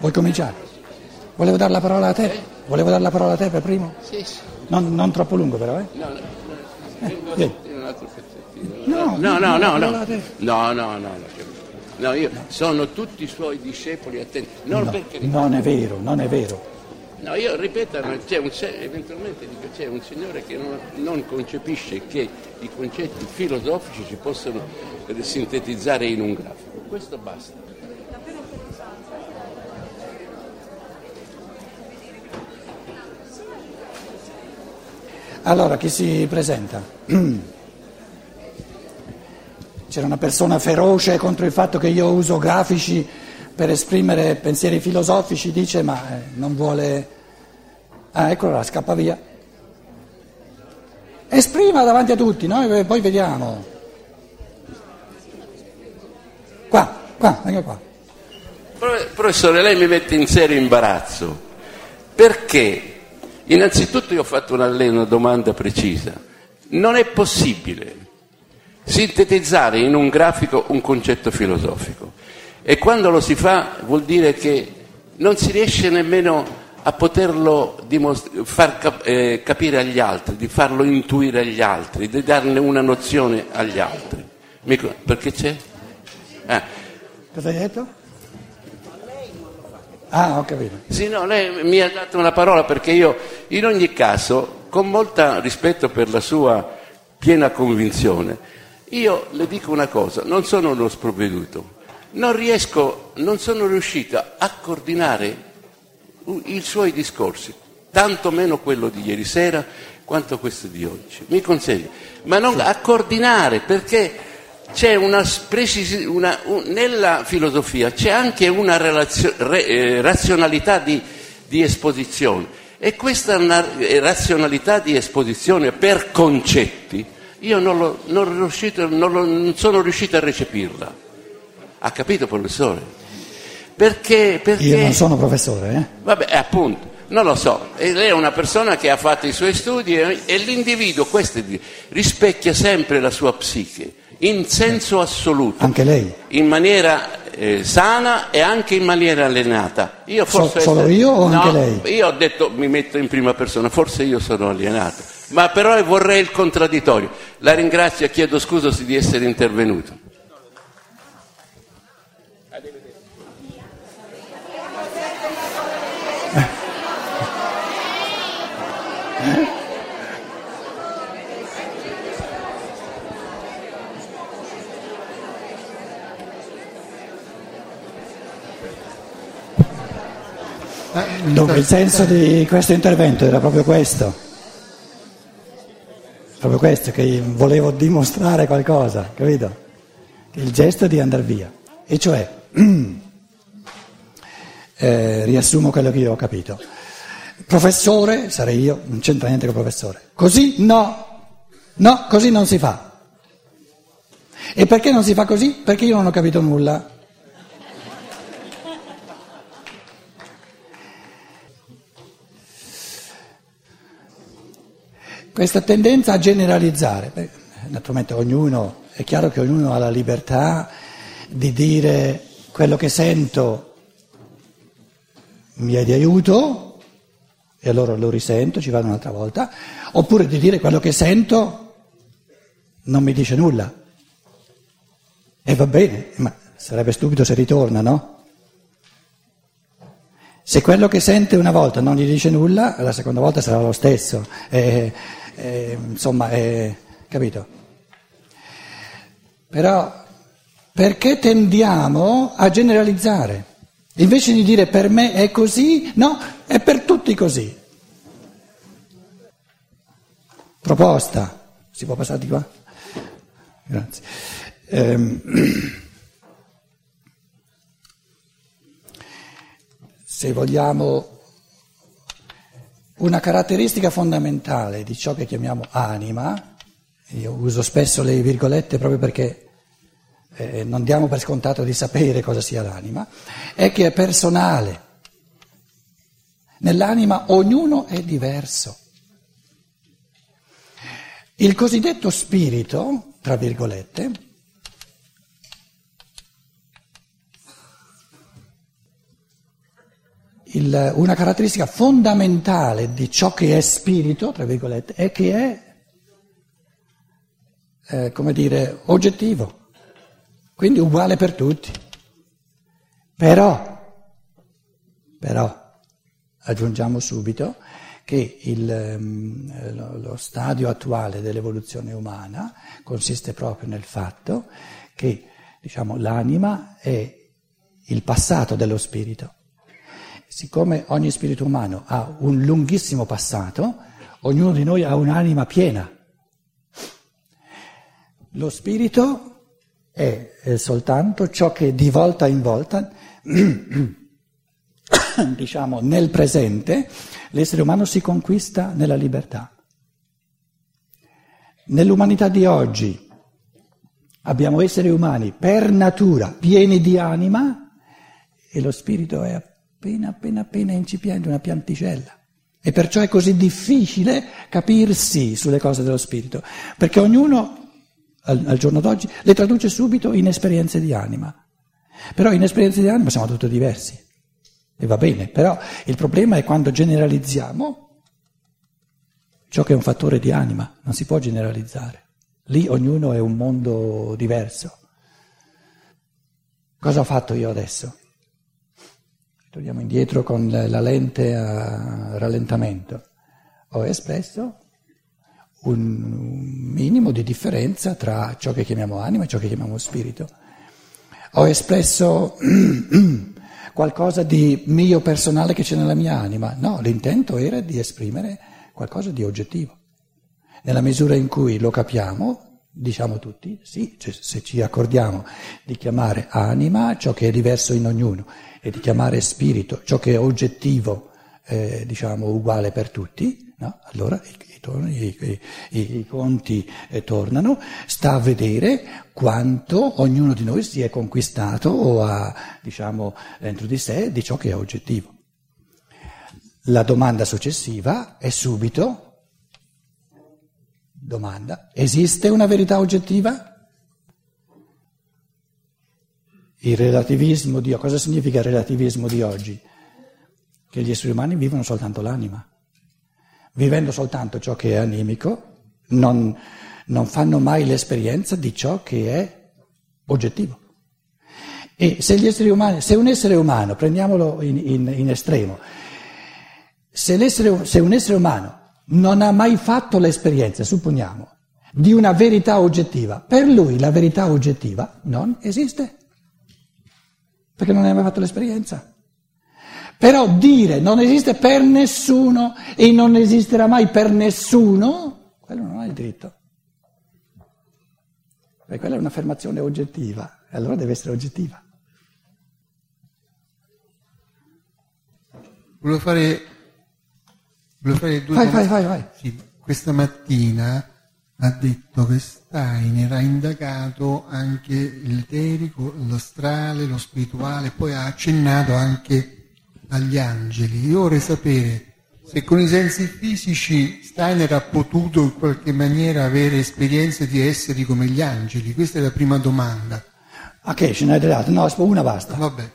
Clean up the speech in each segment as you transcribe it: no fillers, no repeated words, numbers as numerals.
Vuoi cominciare? Volevo dare la parola a te. Volevo dare la parola a te per primo. Sì, sì. Non troppo lungo però, eh? No, un altro pezzettino. No. No, io sono tutti i suoi discepoli attenti. Non perché Non è vero. no, io ripeto, eventualmente dico, c'è un signore che non concepisce che i concetti filosofici si possono sintetizzare in un grafico. Questo basta. Allora, chi si presenta? C'era una persona feroce contro il fatto che io uso grafici per esprimere pensieri filosofici, dice, ma non vuole... Ah, eccola, scappa via. Esprima davanti a tutti, noi poi vediamo. Qua, venga qua. Professore, lei mi mette in serio imbarazzo, perché innanzitutto io ho fatto una domanda precisa. Non è possibile sintetizzare in un grafico un concetto filosofico, e quando lo si fa vuol dire che non si riesce nemmeno a poterlo far capire agli altri, di farlo intuire agli altri, di darne una nozione agli altri. Perché c'è? Cosa hai detto? Ah, ho capito. Sì, no, lei mi ha dato una parola perché io, in ogni caso, con molta rispetto per la sua piena convinzione, io le dico una cosa, non sono uno sprovveduto, non sono riuscito a coordinare i suoi discorsi, tanto meno quello di ieri sera quanto questo di oggi, mi consente, ma non a coordinare, perché c'è nella filosofia c'è anche una razionalità di esposizione, e questa razionalità di esposizione per concetti io non sono riuscito a recepirla. Ha capito, professore? Perché? Io non sono professore, eh? Vabbè, appunto, non lo so. E lei è una persona che ha fatto i suoi studi e l'individuo, questo rispecchia sempre la sua psiche, in senso assoluto. Anche lei? In maniera sana e anche in maniera allenata. Io forse solo io o anche lei? Io ho detto, mi metto in prima persona, forse io sono alienato, ma però vorrei il contraddittorio. La ringrazio e chiedo scusa di essere intervenuto. Il senso di questo intervento era proprio questo, che volevo dimostrare qualcosa, capito? Il gesto di andare via, e cioè, riassumo quello che io ho capito. Professore, sarei io, non c'entra niente con il professore. Così no, così non si fa. E perché non si fa così? Perché io non ho capito nulla. Questa tendenza a generalizzare, naturalmente è chiaro che ognuno ha la libertà di dire quello che sento mi è di aiuto e allora lo risento, ci vado un'altra volta, oppure di dire quello che sento non mi dice nulla. E va bene, ma sarebbe stupido se ritorna, no? Se quello che sente una volta non gli dice nulla, la seconda volta sarà lo stesso. Insomma, capito? Però perché tendiamo a generalizzare? Invece di dire per me è così, no, è per tutti così. Proposta. Si può passare di qua? Grazie. Se vogliamo, una caratteristica fondamentale di ciò che chiamiamo anima, io uso spesso le virgolette proprio perché non diamo per scontato di sapere cosa sia l'anima, è che è personale. Nell'anima ognuno è diverso. Il cosiddetto spirito, tra virgolette, una caratteristica fondamentale di ciò che è spirito, tra virgolette, è che è, come dire, oggettivo, quindi uguale per tutti. Però, aggiungiamo subito che lo stadio attuale dell'evoluzione umana consiste proprio nel fatto che, diciamo, l'anima è il passato dello spirito. Siccome ogni spirito umano ha un lunghissimo passato, ognuno di noi ha un'anima piena. Lo spirito è soltanto ciò che di volta in volta, diciamo, nel presente, l'essere umano si conquista nella libertà. Nell'umanità di oggi abbiamo esseri umani per natura pieni di anima e lo spirito è appena incipiente, una pianticella. E perciò è così difficile capirsi sulle cose dello spirito, perché ognuno al giorno d'oggi le traduce subito in esperienze di anima. Però in esperienze di anima siamo tutti diversi. E va bene, però il problema è quando generalizziamo ciò che è un fattore di anima, non si può generalizzare. Lì ognuno è un mondo diverso. Cosa ho fatto io adesso? Torniamo indietro con la lente a rallentamento. Ho espresso un minimo di differenza tra ciò che chiamiamo anima e ciò che chiamiamo spirito. Ho espresso qualcosa di mio personale che c'è nella mia anima. No, l'intento era di esprimere qualcosa di oggettivo. Nella misura in cui lo capiamo, diciamo tutti, sì, cioè, se ci accordiamo di chiamare anima ciò che è diverso in ognuno e di chiamare spirito ciò che è oggettivo, diciamo uguale per tutti, no? Allora i conti tornano, sta a vedere quanto ognuno di noi si è conquistato o ha, diciamo, dentro di sé di ciò che è oggettivo. La domanda successiva è subito: domanda, esiste una verità oggettiva? Il relativismo di cosa significa il relativismo di oggi? Che gli esseri umani vivono soltanto l'anima. Vivendo soltanto ciò che è animico, non fanno mai l'esperienza di ciò che è oggettivo. E se un essere umano, prendiamolo in estremo, se un essere umano non ha mai fatto l'esperienza, supponiamo, di una verità oggettiva, per lui la verità oggettiva non esiste, perché non ne ha mai fatto l'esperienza. Però dire non esiste per nessuno e non esisterà mai per nessuno, quello non ha il diritto. Perché quella è un'affermazione oggettiva, e allora deve essere oggettiva. Volevo fare due domande. Vai. Sì, questa mattina ha detto che Steiner ha indagato anche l'eterico, l'astrale, lo spirituale, poi ha accennato anche agli angeli. Io vorrei sapere se con i sensi fisici Steiner ha potuto in qualche maniera avere esperienze di esseri come gli angeli. Questa è la prima domanda. Ok, ce n'è delle altre? No, una basta. Vabbè.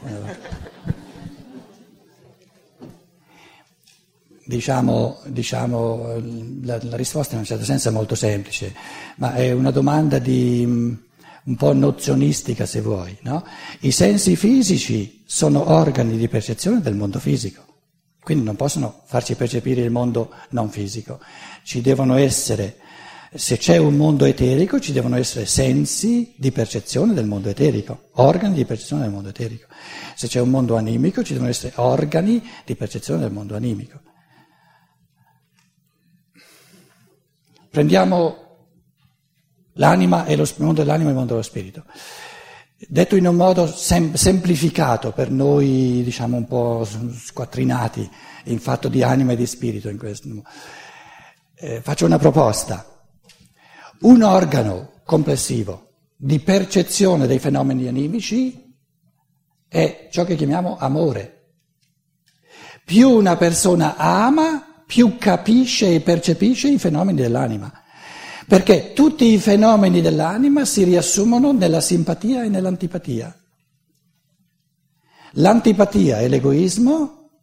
Diciamo la risposta in un certo senso è molto semplice, ma è una domanda un po' nozionistica, se vuoi, no? I sensi fisici sono organi di percezione del mondo fisico, quindi non possono farci percepire il mondo non fisico. Ci devono essere, se c'è un mondo eterico, ci devono essere sensi di percezione del mondo eterico, organi di percezione del mondo eterico. Se c'è un mondo animico, ci devono essere organi di percezione del mondo animico. Prendiamo l'anima e il mondo dell'anima e il mondo dello spirito. Detto in un modo semplificato per noi, diciamo un po' squattrinati in fatto di anima e di spirito, faccio una proposta. Un organo complessivo di percezione dei fenomeni animici è ciò che chiamiamo amore. Più una persona ama, più capisce e percepisce i fenomeni dell'anima, perché tutti i fenomeni dell'anima si riassumono nella simpatia e nell'antipatia. L'antipatia è l'egoismo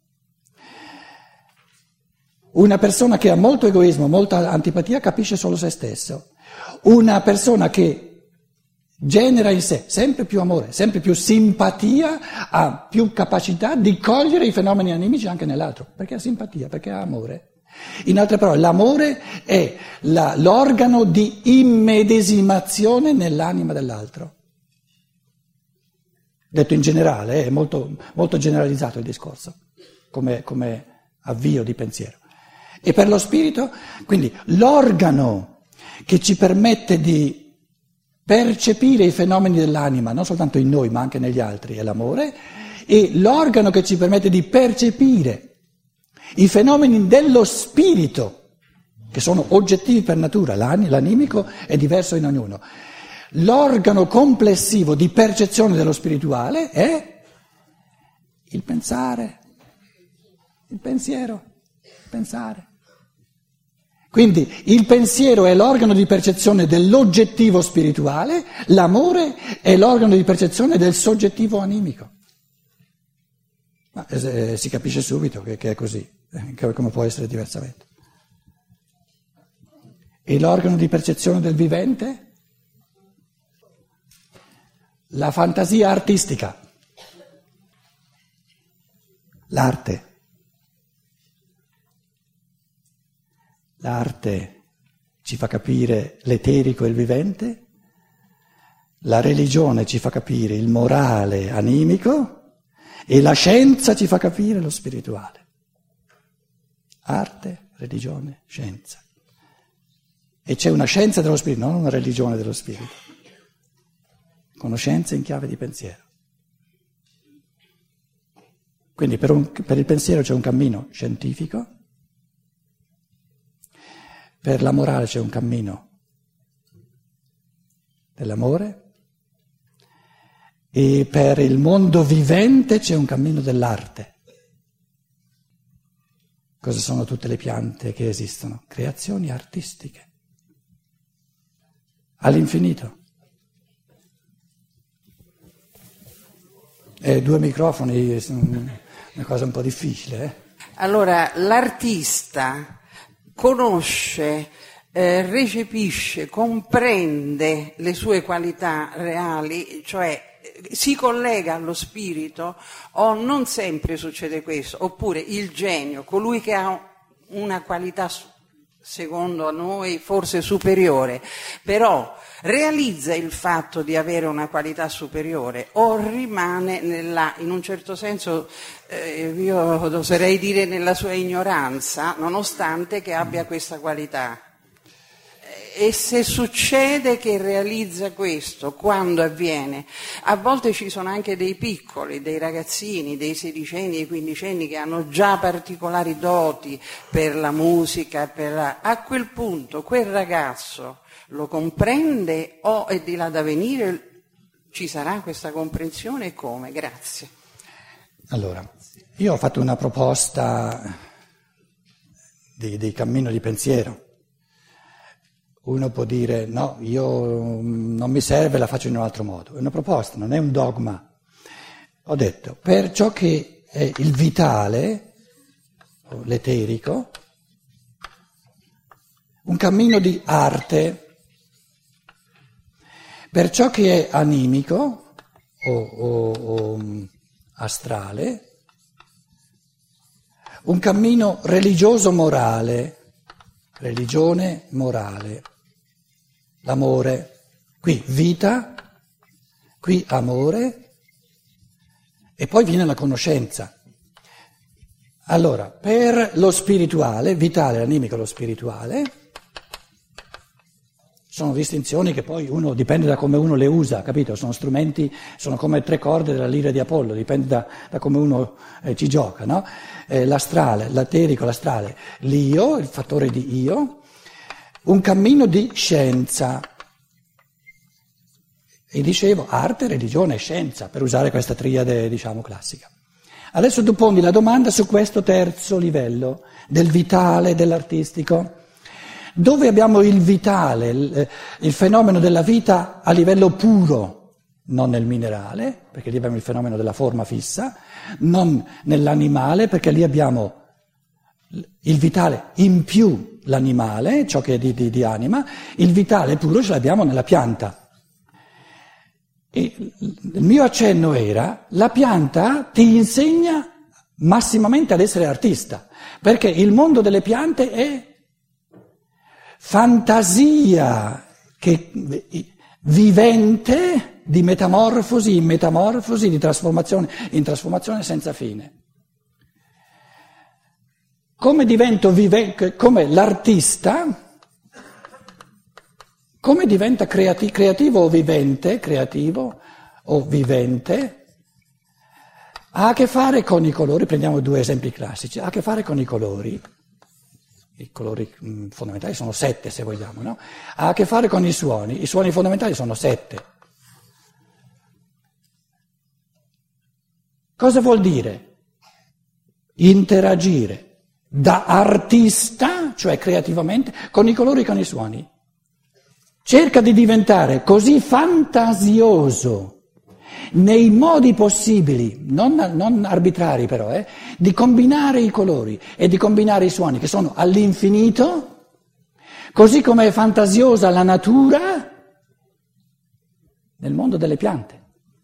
Una persona che ha molto egoismo, molta antipatia, capisce solo se stesso. Una persona che genera in sé sempre più amore, sempre più simpatia, ha più capacità di cogliere i fenomeni animici anche nell'altro, perché ha simpatia, perché ha amore. In altre parole, l'amore è l'organo di immedesimazione nell'anima dell'altro. Detto in generale, è molto, molto generalizzato il discorso, come avvio di pensiero. E per lo spirito, quindi l'organo che ci permette di percepire i fenomeni dell'anima, non soltanto in noi ma anche negli altri, è l'amore, e l'organo che ci permette di percepire i fenomeni dello spirito, che sono oggettivi per natura, l'animico è diverso in ognuno. L'organo complessivo di percezione dello spirituale è il pensare, il pensiero, pensare. Quindi il pensiero è l'organo di percezione dell'oggettivo spirituale, l'amore è l'organo di percezione del soggettivo animico. Ma si capisce subito che è così, come può essere diversamente. E l'organo di percezione del vivente? La fantasia artistica, l'arte. L'arte ci fa capire l'eterico e il vivente, la religione ci fa capire il morale animico e la scienza ci fa capire lo spirituale. Arte, religione, scienza. E c'è una scienza dello spirito, non una religione dello spirito. Conoscenza in chiave di pensiero. Quindi per il pensiero c'è un cammino scientifico, per la morale c'è un cammino dell'amore e per il mondo vivente c'è un cammino dell'arte. Cosa sono tutte le piante che esistono? Creazioni artistiche. All'infinito. 2 microfoni sono una cosa un po' difficile. Allora, l'artista conosce, recepisce, comprende le sue qualità reali, cioè si collega allo spirito, o non sempre succede questo, oppure il genio, colui che ha una qualità secondo noi forse superiore, però realizza il fatto di avere una qualità superiore o rimane in un certo senso, io oserei dire nella sua ignoranza, nonostante che abbia questa qualità. E se succede che realizza questo, quando avviene? A volte ci sono anche dei piccoli, dei ragazzini, dei 16enni, dei 15enni che hanno già particolari doti per la musica, a quel punto quel ragazzo lo comprende o è di là da venire? Ci sarà questa comprensione e come? Grazie. Allora, io ho fatto una proposta di cammino di pensiero. Uno può dire no, io non mi serve, la faccio in un altro modo. È una proposta, non è un dogma. Ho detto, per ciò che è il vitale, o l'eterico, un cammino di arte. Per ciò che è animico o astrale, un cammino religioso-morale, religione morale, l'amore, qui vita, qui amore e poi viene la conoscenza. Allora, per lo spirituale, vitale, animico, lo spirituale, sono distinzioni che poi uno dipende da come uno le usa, capito? Sono strumenti, sono come 3 corde della lira di Apollo, dipende da come uno ci gioca, no? L'astrale, l'aterico, l'astrale, l'io, il fattore di io, un cammino di scienza. E dicevo arte, religione e scienza, per usare questa triade, diciamo, classica. Adesso tu poni la domanda su questo terzo livello, del vitale, dell'artistico. Dove abbiamo il vitale, il fenomeno della vita a livello puro, non nel minerale, perché lì abbiamo il fenomeno della forma fissa, non nell'animale, perché lì abbiamo il vitale in più l'animale, ciò che è di anima, il vitale puro ce l'abbiamo nella pianta. E il mio accenno era, la pianta ti insegna massimamente ad essere artista, perché il mondo delle piante è fantasia vivente di metamorfosi in metamorfosi, di trasformazione in trasformazione senza fine. Come divento come l'artista, come diventa creativo o vivente, ha a che fare con i colori, prendiamo due esempi classici, ha a che fare con i colori fondamentali sono 7 se vogliamo, no? Ha a che fare con i suoni fondamentali sono 7. Cosa vuol dire? Interagire da artista, cioè creativamente, con i colori e con i suoni. Cerca di diventare così fantasioso nei modi possibili, non arbitrari però, di combinare i colori e di combinare i suoni che sono all'infinito, così come è fantasiosa la natura nel mondo delle piante.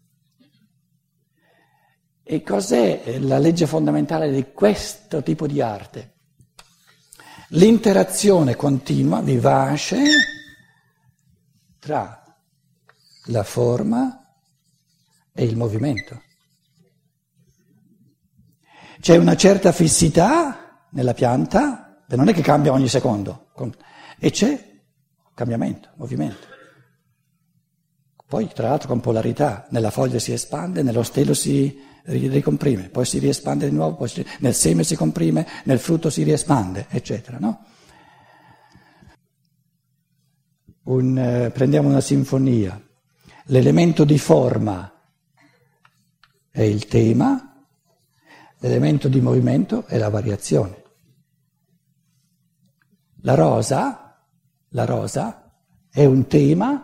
E cos'è la legge fondamentale di questo tipo di arte? L'interazione continua, vivace, tra la forma e il movimento. C'è una certa fissità nella pianta, non è che cambia ogni secondo, e c'è cambiamento, movimento. Poi tra l'altro con polarità, nella foglia si espande, nello stelo si ricomprime, poi si riespande di nuovo, poi nel seme si comprime, nel frutto si riespande, eccetera, no? Prendiamo una sinfonia, l'elemento di forma è il tema, l'elemento di movimento è la variazione. La rosa è un tema,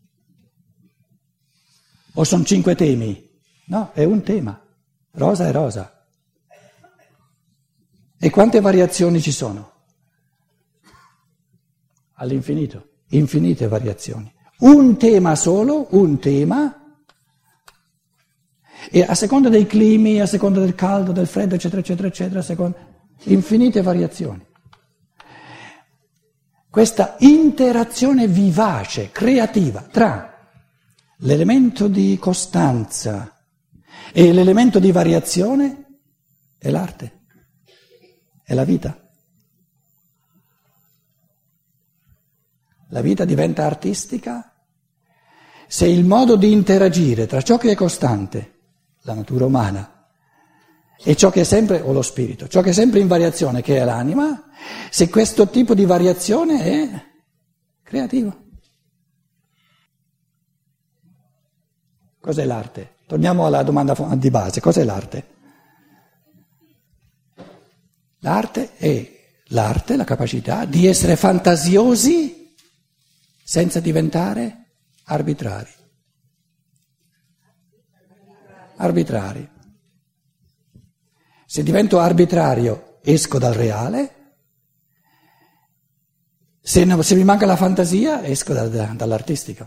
o sono 5 temi? No, è un tema. Rosa è rosa. E quante variazioni ci sono? All'infinito. Infinite variazioni. Un tema solo, un tema, e a seconda dei climi, a seconda del caldo, del freddo, eccetera, eccetera, eccetera, infinite variazioni. Questa interazione vivace, creativa, tra l'elemento di costanza e l'elemento di variazione è l'arte, è la vita. La vita diventa artistica se il modo di interagire tra ciò che è costante, la natura umana, e ciò che è sempre, o lo spirito, ciò che è sempre in variazione, che è l'anima, se questo tipo di variazione è creativo. Cos'è l'arte? Torniamo alla domanda di base, cos'è l'arte? L'arte è la capacità di essere fantasiosi senza diventare arbitrari. Arbitrari. Se divento arbitrario esco dal reale, se mi manca la fantasia esco dall'artistico.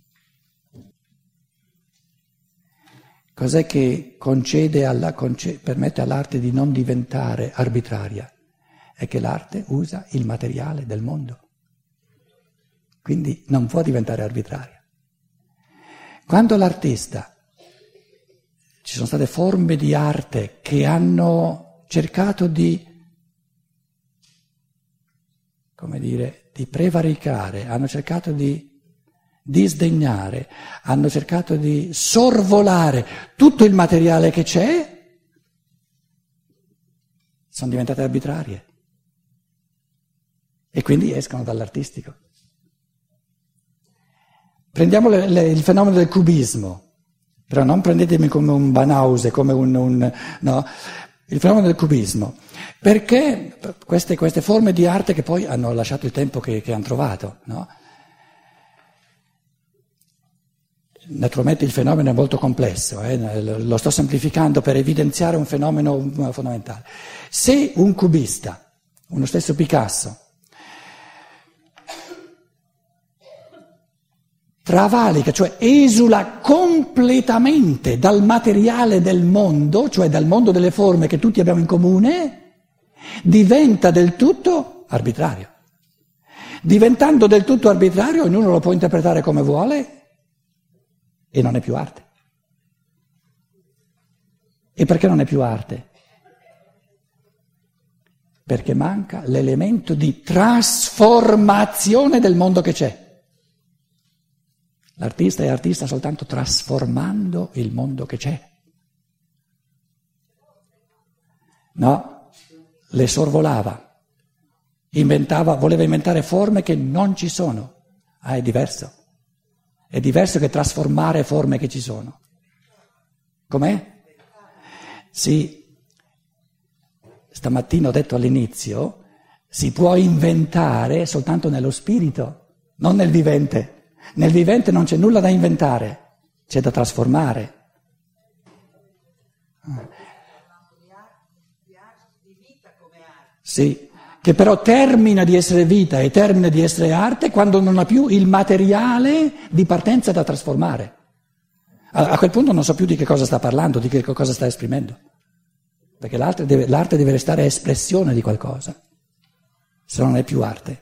Cos'è che permette all'arte di non diventare arbitraria? È che l'arte usa il materiale del mondo. Quindi non può diventare arbitraria. Quando l'artista, ci sono state forme di arte che hanno cercato di prevaricare, hanno cercato di disdegnare, hanno cercato di sorvolare tutto il materiale che c'è, sono diventate arbitrarie. E quindi escono dall'artistico. Prendiamo il fenomeno del cubismo, però non prendetemi come un Banause, come no, il fenomeno del cubismo, perché queste forme di arte che poi hanno lasciato il tempo che hanno trovato, no? Naturalmente il fenomeno è molto complesso, lo sto semplificando per evidenziare un fenomeno fondamentale. Se un cubista uno stesso Picasso, travalica, cioè esula completamente dal materiale del mondo, cioè dal mondo delle forme che tutti abbiamo in comune, diventa del tutto arbitrario. Diventando del tutto arbitrario, ognuno lo può interpretare come vuole e non è più arte. E perché non è più arte? Perché manca l'elemento di trasformazione del mondo che c'è. L'artista è artista soltanto trasformando il mondo che c'è. No, le sorvolava, voleva inventare forme che non ci sono. Ah, è diverso. È diverso che trasformare forme che ci sono. Com'è? Sì, stamattina ho detto all'inizio, si può inventare soltanto nello spirito, non nel vivente. Nel vivente non c'è nulla da inventare, c'è da trasformare. Sì, che però termina di essere vita e termina di essere arte quando non ha più il materiale di partenza da trasformare. A quel punto non so più di che cosa sta parlando, di che cosa sta esprimendo, perché l'arte deve restare espressione di qualcosa, se no non è più arte.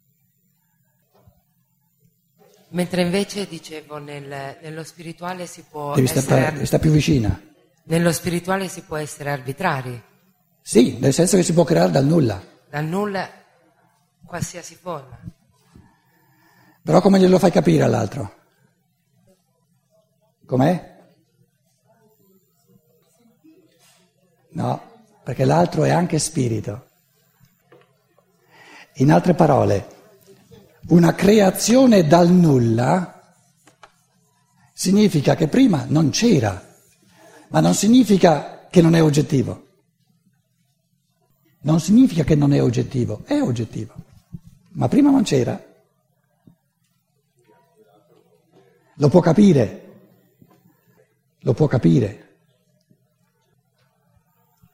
Mentre invece dicevo nello spirituale si può Devi stare più vicina. Nello spirituale si può essere arbitrari. Sì, nel senso che si può creare dal nulla. Dal nulla qualsiasi forma. Però come glielo fai capire all'altro? Com'è? No, perché l'altro è anche spirito. In altre parole, una creazione dal nulla significa che prima non c'era, ma non significa che non è oggettivo. Non significa che non è oggettivo, ma prima non c'era. Lo può capire,